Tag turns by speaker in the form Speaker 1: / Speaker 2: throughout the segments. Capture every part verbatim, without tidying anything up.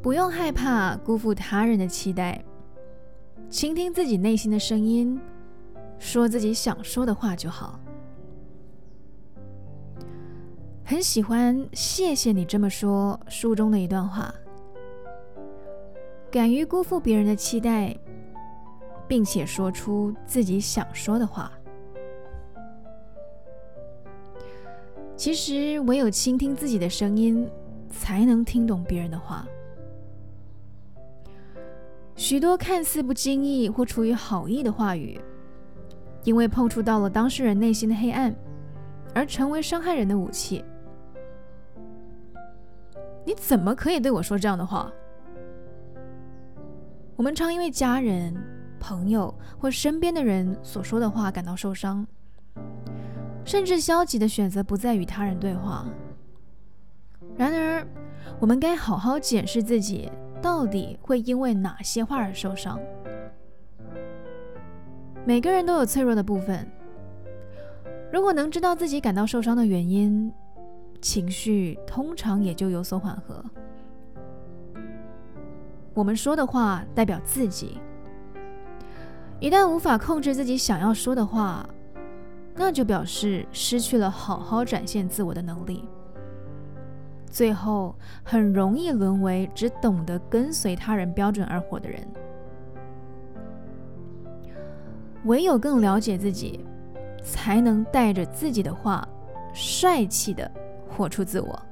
Speaker 1: 不用害怕辜负他人的期待，倾听自己内心的声音，说自己想说的话就好。很喜欢谢谢你这么说书中的一段话，敢于辜负别人的期待，并且说出自己想说的话。其实唯有倾听自己的声音，才能听懂别人的话。许多看似不经意或出于好意的话语，因为碰触到了当事人内心的黑暗，而成为伤害人的武器。你怎么可以对我说这样的话？我们常因为家人、朋友或身边的人所说的话感到受伤，甚至消极的选择不再与他人对话。然而，我们该好好检视自己到底会因为哪些话而受伤。每个人都有脆弱的部分，如果能知道自己感到受伤的原因，情绪通常也就有所缓和。我们说的话代表自己，一旦无法控制自己想要说的话，那就表示失去了好好展现自我的能力，最后很容易沦为只懂得跟随他人标准而活的人。唯有更了解自己，才能带着自己的话，帅气地活出自我。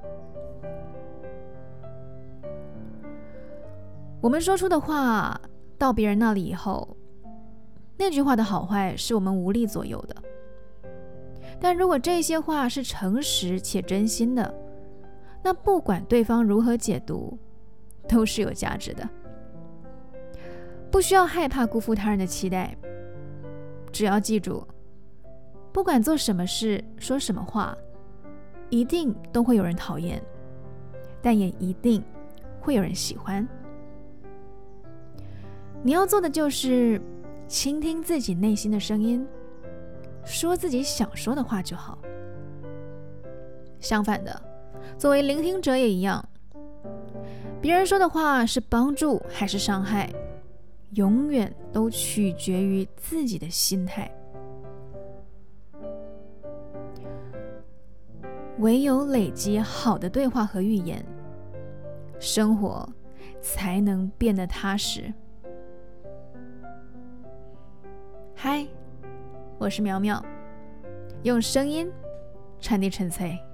Speaker 1: 我们说出的话到别人那里以后，那句话的好坏是我们无力左右的。但如果这些话是诚实且真心的，那不管对方如何解读，都是有价值的。不需要害怕辜负他人的期待，只要记住，不管做什么事，说什么话，一定都会有人讨厌，但也一定会有人喜欢。你要做的就是倾听自己内心的声音，说自己想说的话就好。相反的，作为聆听者也一样，别人说的话是帮助还是伤害，永远都取决于自己的心态。唯有累积好的对话和预言，生活才能变得踏实。嗨，我是苗苗，用声音传递纯粹。